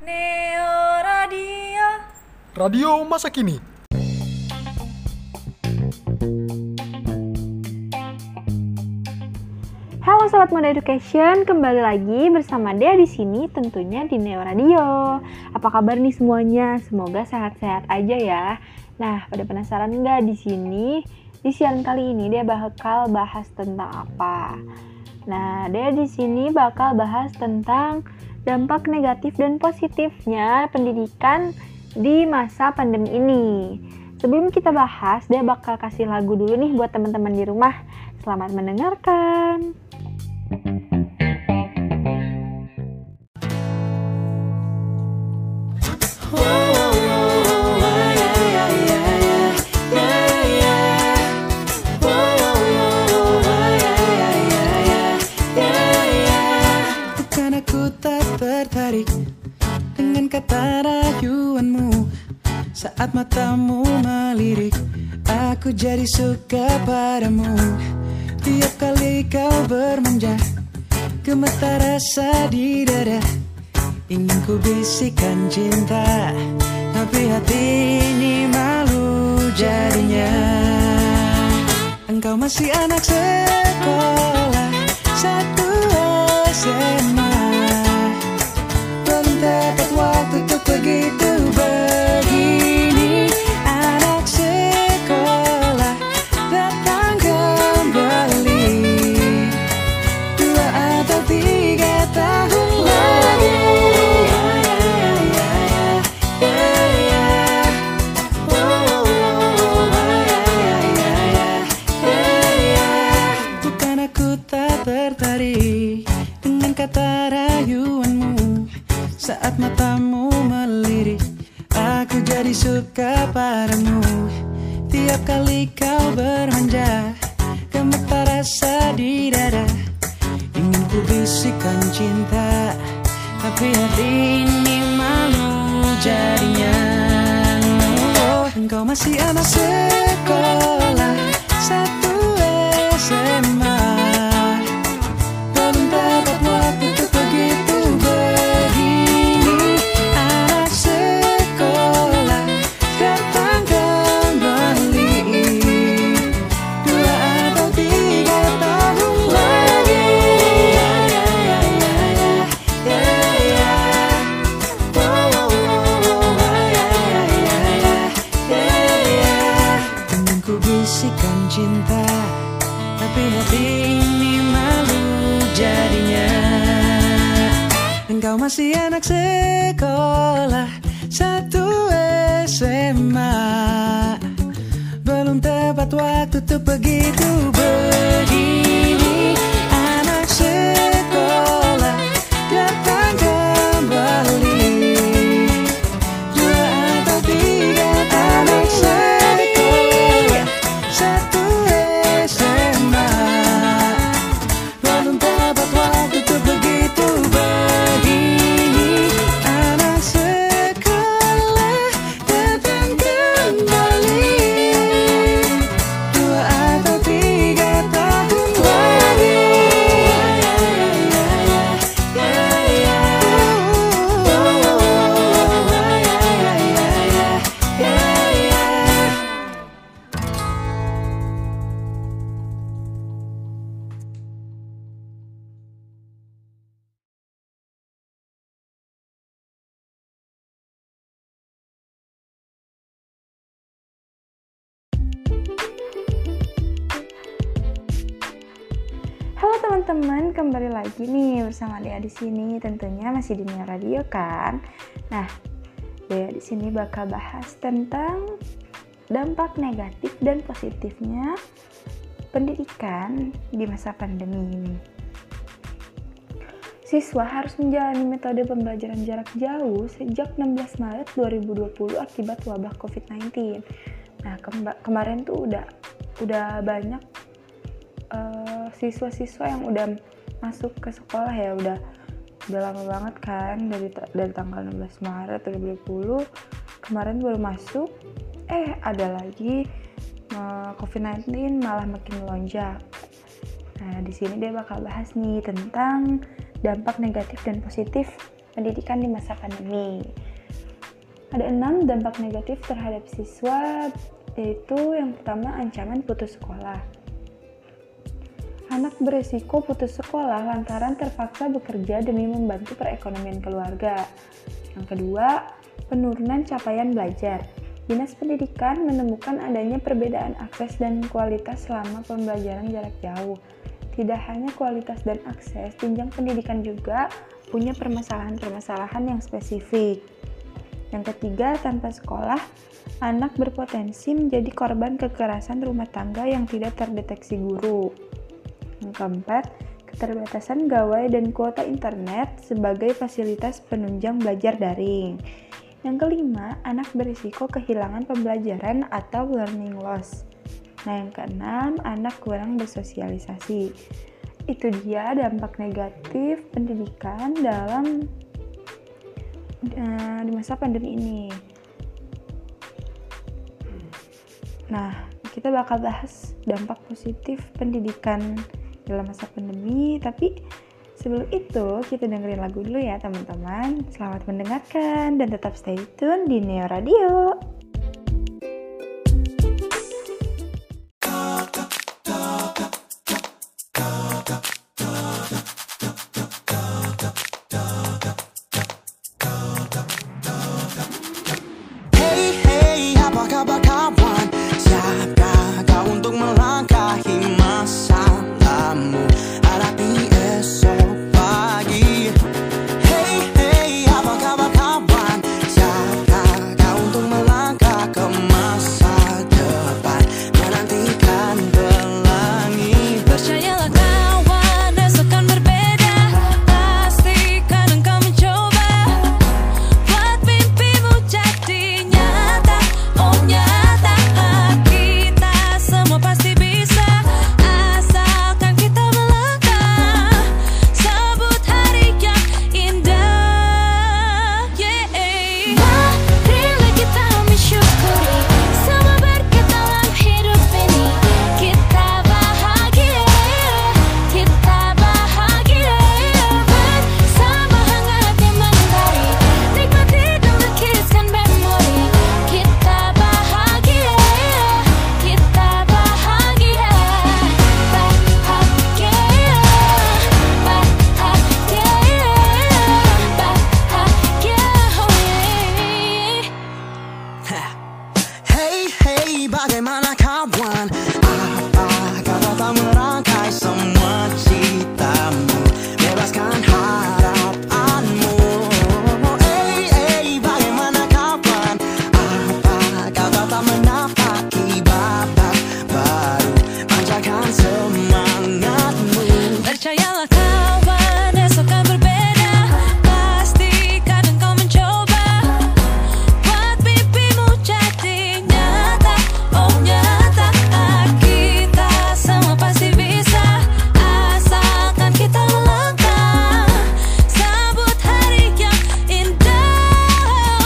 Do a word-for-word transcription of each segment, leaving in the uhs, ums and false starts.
Neo Radio. Radio masa kini. Halo Sobat Muda Education, kembali lagi bersama Dea di sini tentunya di Neo Radio. Apa kabar nih semuanya? Semoga sehat-sehat aja ya. Nah, pada penasaran nggak di sini? Di siaran kali ini dia bakal bahas tentang apa? Nah, Dea di sini bakal bahas tentang dampak negatif dan positifnya pendidikan di masa pandemi ini. Sebelum kita bahas, Dea bakal kasih lagu dulu nih buat teman-teman di rumah. Selamat mendengarkan. Bukan aku tak tertarik dengan kata rayuanmu. Saat matamu melirik, aku jadi suka padamu. Tiap kali kau bermanja, gemetar rasa di dada. Ingin ku bisikan cinta, tapi hati ini malu jadinya. Engkau masih anak sekolah satu S M A. Belum dapat waktu untuk begitu begini. Anak sekolah datang kembali dua atau tiga tahun lagi. Bukan aku tak tertarik dengan kata rayuanmu. Saat matamu melirik, aku jadi suka padamu. Tiap kali kau bermanja, gemetar rasa di dada. Ingin ku bisikan cinta, tapi hati ini malu jadinya. Oh, engkau masih anak sekolah satu S M A. Belum dapat waktu untuk begitu begini. Anak sekolah datang kembali dua atau tiga tahun lagi. Ingin ku bisikan cinta, tapi hati ini malu jadinya. Engkau masih anak sekolah satu S M A. Belum tepat waktu untuk begitu begini. Anak sekolah datang kembali dua atau tiga tahun sekolah satu S M A. Belum dapat waktu untuk begitu begini. Anak sekolah datang kembali dua atau tiga tahun lagi. Halo teman-teman, kembali lagi nih bersama Dea di sini. Tentunya masih di Neo Radio kan. Nah, Dea di sini bakal bahas tentang dampak negatif dan positifnya pendidikan di masa pandemi ini. Siswa harus menjalani metode pembelajaran jarak jauh sejak enam belas Maret dua ribu dua puluh akibat wabah covid sembilan belas. Nah, kemba- kemarin tuh udah udah banyak Uh, siswa-siswa yang udah masuk ke sekolah ya, udah udah lama banget kan, dari dari tanggal enam belas Maret dua ribu dua puluh kemarin baru masuk, eh ada lagi uh, covid sembilan belas malah makin melonjak. Nah, di sini dia bakal bahas nih tentang dampak negatif dan positif pendidikan di masa pandemi. Ada enam dampak negatif terhadap siswa, yaitu yang pertama ancaman putus sekolah. Anak beresiko putus sekolah lantaran terpaksa bekerja demi membantu perekonomian keluarga. Yang kedua, penurunan capaian belajar. Dinas Pendidikan menemukan adanya perbedaan akses dan kualitas selama pembelajaran jarak jauh. Tidak hanya kualitas dan akses, jenjang pendidikan juga punya permasalahan-permasalahan yang spesifik. Yang ketiga, tanpa sekolah, anak berpotensi menjadi korban kekerasan rumah tangga yang tidak terdeteksi guru. Yang keempat, keterbatasan gawai dan kuota internet sebagai fasilitas penunjang belajar daring. Yang kelima, anak berisiko kehilangan pembelajaran atau learning loss. Nah, yang keenam, anak kurang bersosialisasi. Itu dia dampak negatif pendidikan dalam uh, di masa pandemi ini. Nah, kita bakal bahas dampak positif pendidikan dalam masa pandemi, tapi sebelum itu, kita dengerin lagu dulu ya teman-teman. Selamat mendengarkan dan tetap stay tune di Neo Radio. Hey hey, apa kabar kawan? Siapkah kau untuk melangkahi masalahmu? Hadapi esok pagi. Hey hey, apa kabar kawan? Siapkah kau untuk melangkah ke masa depan, menantikan pelangi? Percayalah kawan, esok kan berbeda. Pastikan engkau mencoba buat mimpimu jadi nyata. Oh nyata, kita semua pasti bisa, asalkan kita melangkah. Sebut hari yang indah. Yeah. Marilah kita mensyukuri semua berkat dalam hidup ini. Kita bahagia, kita bahagia bersama hangatnya mentari. Nikmati dan lukiskan memori. Kita bahagia, kita bahagia, bahagia, bahagia, bahagia. Oh yeah. Hey hey, bagaimana kawan? Apa kata tak merangkai semua citamu, bebaskan harapanmu? Hey hey, bagaimana kawan? Apa kata tak menapaki babak baru, pancarkan semangatmu? Percayalah kawan, esok kan berbeda. Pastikan engkau mencoba buat mimpimu jadi nyata. Oh nyata, kita semua pasti bisa, asalkan kita melangkah. Sambut hari yang indah.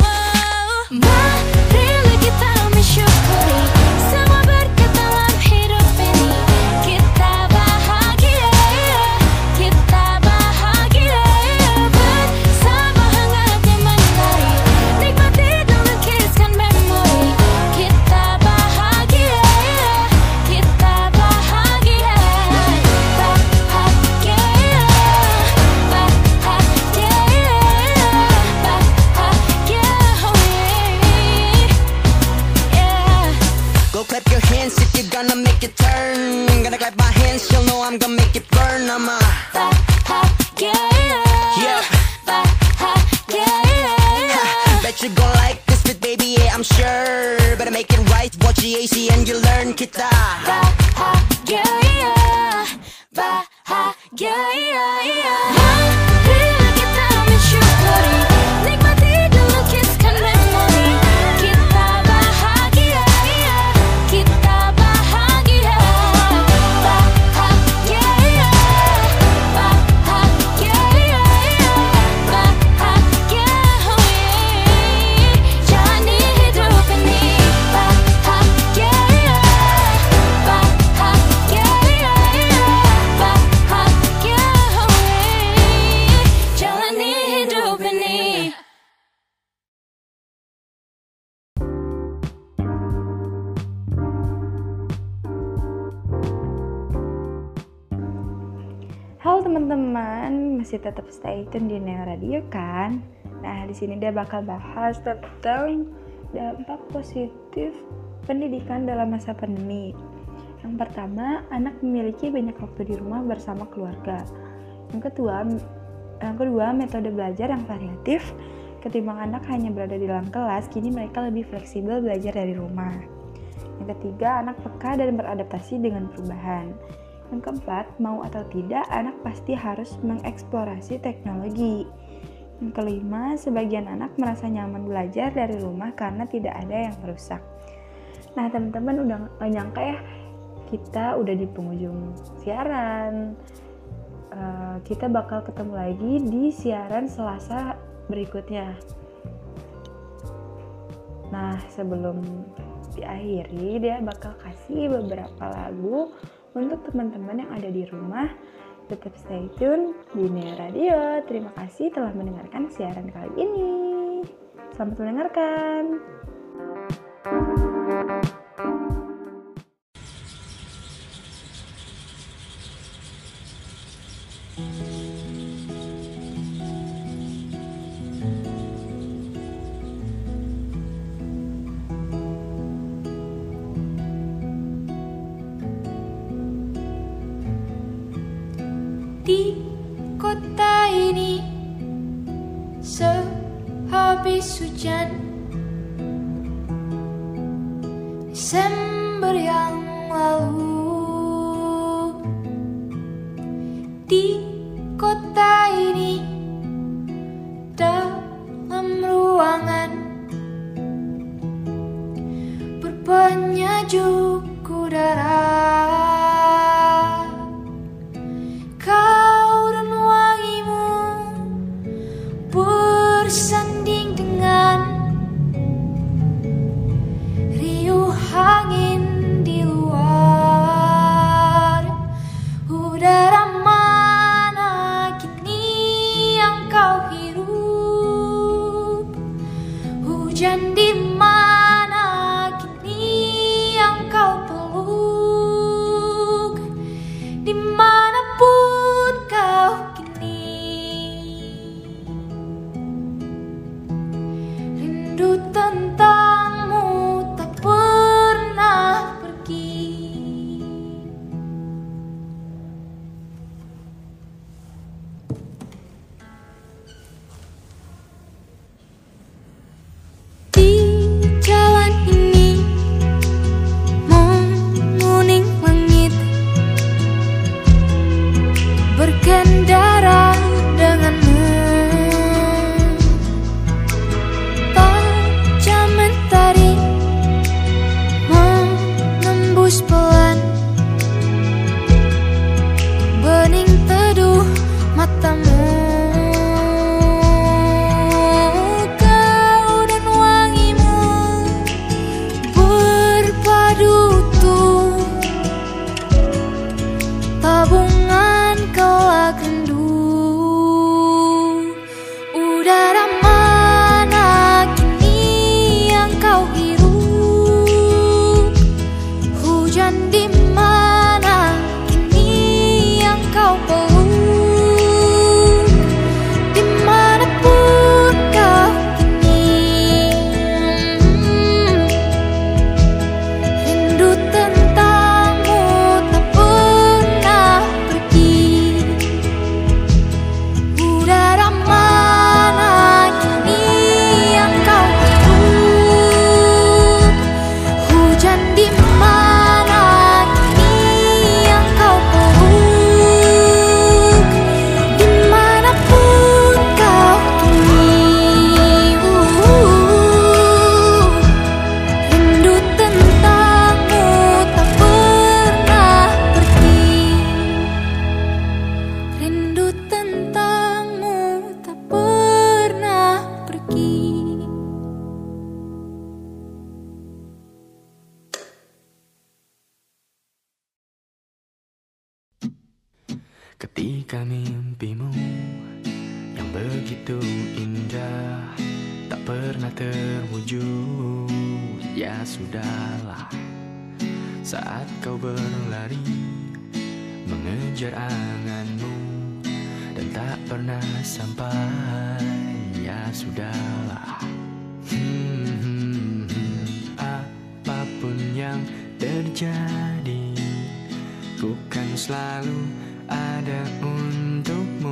Marilah kita mensyukuri semua berkat dalam hidup ini. Kita bahagia, kita bahagia bersama hangatnya mentari. Nikmati dan lukiskan memori. Kita bahagia, kita bahagia, bahagia, bahagia, bahagia. Oh yeah. Go clap your hands if you're gonna make it turn. Gonna clap my hands, you'll know I'm gonna make it burn. I'm a Bahagia, yeah. bahagia. Bet you gon' like this fit, baby, yeah, I'm sure. Better make it right, watch the A C and you learn kita. Bahagia, bahagia. Marilah kita mensyukuri, nikmati dan lukiskan memori. Kita bahagia, kita bahagia, bahagia, bahagia, bahagia. Oh yeah. Jalani hidup ini bahagia, teman-teman masih tetap stay tune di Neo Radio kan? Nah, di sini dia bakal bahas tentang dampak positif pendidikan dalam masa pandemi. Yang pertama, anak memiliki banyak waktu di rumah bersama keluarga. Yang kedua, yang kedua metode belajar yang variatif. Ketimbang anak hanya berada di dalam kelas, kini mereka lebih fleksibel belajar dari rumah. Yang ketiga, anak peka dan beradaptasi dengan perubahan. Yang keempat, mau atau tidak, anak pasti harus mengeksplorasi teknologi. Yang kelima, sebagian anak merasa nyaman belajar dari rumah karena tidak ada yang merusak. Nah, teman-teman udah gak nyangka ya, kita udah di penghujung siaran. Uh, kita bakal ketemu lagi di siaran Selasa berikutnya. Nah, sebelum diakhiri, dia bakal kasih beberapa lagu untuk teman-teman yang ada di rumah. Tetap stay tune di Neo Radio. Terima kasih telah mendengarkan siaran kali ini. Selamat mendengarkan. Di kota ini sehabis hujan Desember yang lalu, di kota ini dalam ruangan berpenyejuk udara. Bersanding dengan riuh angin di luar. Udara mana kini yang kau hirup? Hujan di mana kini yang kau peluk? Dimanapun kau kini, rindu tentangmu tak pernah pergi. Di jalan ini menguning langit, berkendara denganmu. Pelan bening teduh matamu, kau dan wangimu berpadu utuh, tabungan kelak rindu. Udara mana kini yang kau hirup? Hujan di mana kini yang kau peluk? Dimanapun kau kini, rindu tentangmu tak pernah pergi. Udara mana kini yang kau hirup? Hujan di mana ketika mimpimu yang begitu indah tak pernah terwujud, ya sudahlah. Saat kau berlari mengejar anganmu, tak pernah sampai. Ya sudahlah. hmm, Apapun yang terjadi, ku kan selalu ada untukmu.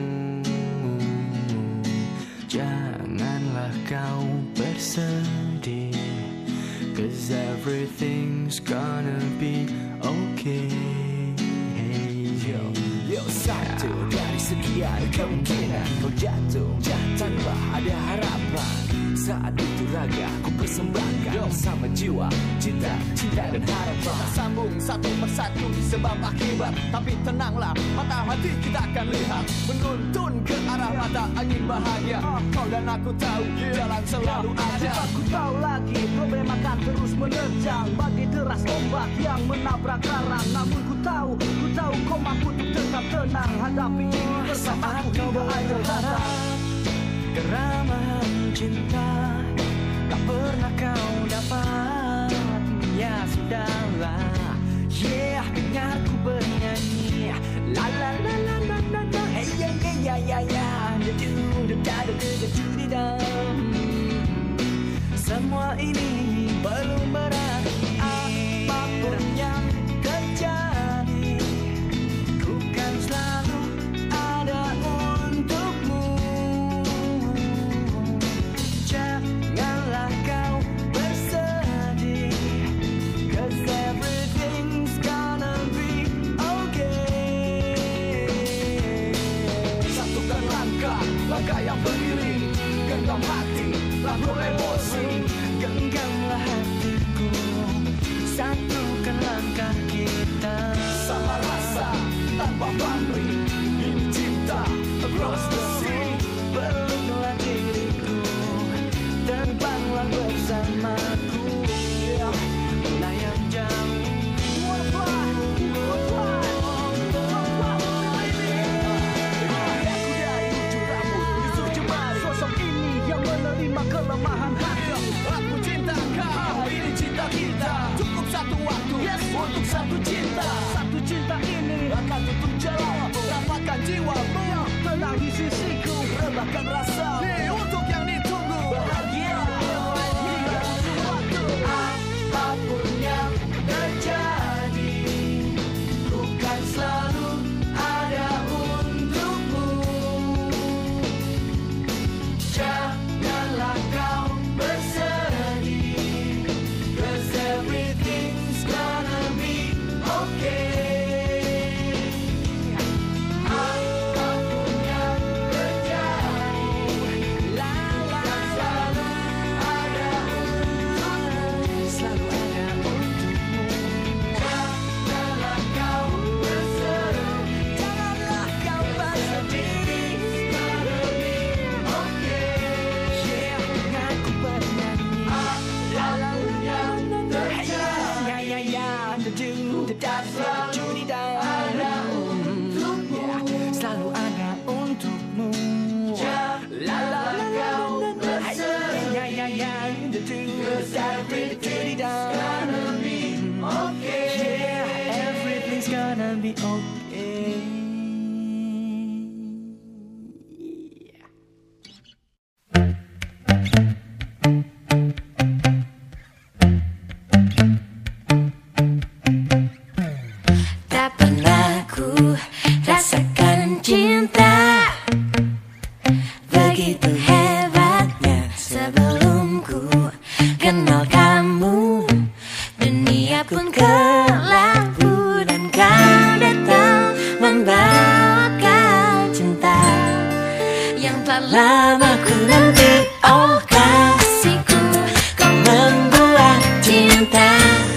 Janganlah kau bersedih, 'cause everything's gonna be okay. Yo, yo, satu dari sekian kemungkinan kau jatuh tanpa ada harapan. Saat itu raga ku persembahkan bersama jiwa, cinta, cinta dan harapan. Kita sambung satu persatu sebab akibat. Tapi tenanglah, mata hati kita akan lihat, menuntun ke arah mata angin bahagia. Kau dan aku tahu jalan selalu ada. Aku tahu lagi problem akan terus menerjang bagi deras ombak yang menabrak karang. Namun ku tahu, ku tahu kau mampu untuk tetap tenang hadapi ini bersamaku hingga akhir datang. Keramahan cinta tak pernah kau dapat. Ya sudahlah, yeah, dengar ku bernyanyi. La la la la la la la, hey ya ya ya ya, da do da da da da do di da. Semua ini belum berarti. Apapun yang terjadi, ku kan selalu ada untukmu. Janganlah kau bersedih, 'cause everything's gonna be okay. Satukan langkah, langkah yang beriring. Genggam hati, lalu emosi. Genggamlah hatiku, satukan langkah kita. Sama rasa, tanpa pamrih. Ini cinta, across the sea. Peluklah diriku, terbanglah bersamaku, melayang jauh. Sosok ini yang menerima kelemahan hati. Aku cinta kau, ini cinta kita. Cukup satu waktu, yes, untuk satu cinta. Satu cinta ini Akan tutup jalan, dapatkan jiwamu. tenang di sisiku, Rebahkan rasa, nih untuk yang ditunggu. Bahagia, hingga suatu. Apapun yang terjadi, ku kan selalu ada untukmu. Janganlah kau bersedih, 'cause everything's gonna be okay. Apapun yang terjadi, la la selalu ada untukmu. Selalu ada untukmu. Janganlah kau bersedih, janganlah kau bersedih. Yeah, denganku bernyanyi. La la la la la, ya ya ya, da do da da da di da. Selalu ada untukmu. La la la la la, ya ya ya, da do da da di da. Yeah, everything's gonna be okay. Tak pernah ku rasakan cinta begitu hebatnya sebelum ku kenal kamu. Dunia pun kelabu dan kau datang membawakan cinta yang tak lama ku nanti. Oh kasihku, kau membuat cinta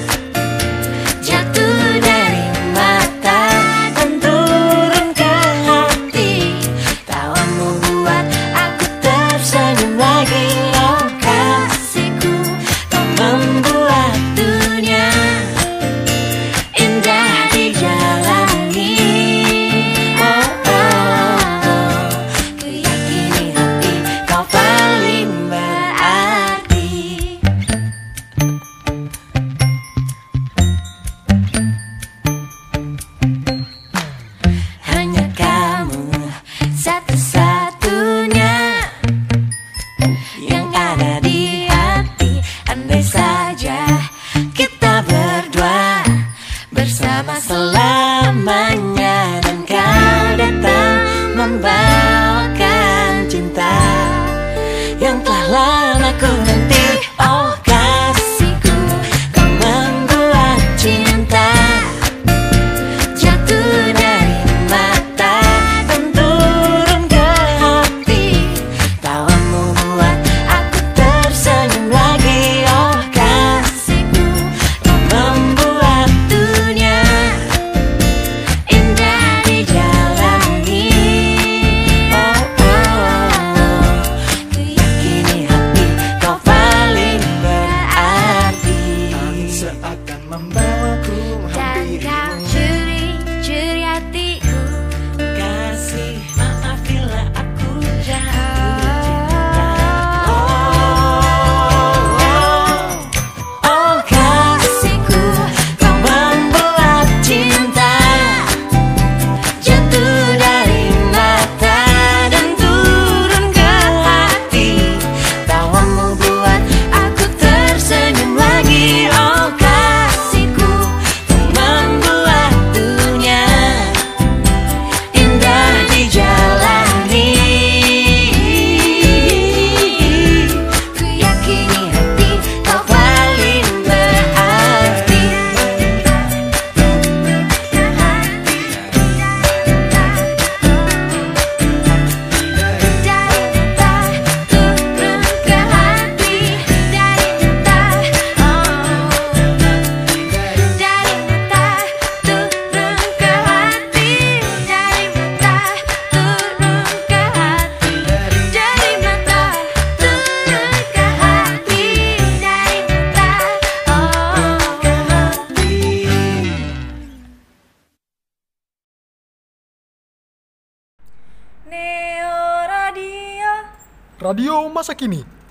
jatuh dari mata dan turun ke hati. Tawamu buat aku tersenyum lagi. Oh kasihku, kau membuat dunia indah dijalani. Oh, oh, oh. Ku yakini hati kau pasti dalam aku nanti. Oh kasihku, kau membuat cinta jatuh dari mata dan turun ke hati. Tawamu buat aku tersenyum lagi. Oh kasihku, kau membuat dunia indah dijalani. Oh oh oh, ku yakini hati kau paling berarti. Angin seakan membawaku Dan kau curi-curi hatiku. Kasih maaf bila aku jatuh cinta. Oh, oh kasihku, kau membuat cinta jatuh dari mata dan turun ke hati. Tawamu buat aku tersenyum lagi. Oh kasihku, kau membuat dunia indah dijalani. Ku yakini hati kau paling berarti. Dari mata turun ke hati. Dari mata, oh, dari mata turun ke hati. Dari mata turun ke hati. Dari mata turun ke hati. Dari mata, oh, ke hati. Neo Radio. Radio masa kini.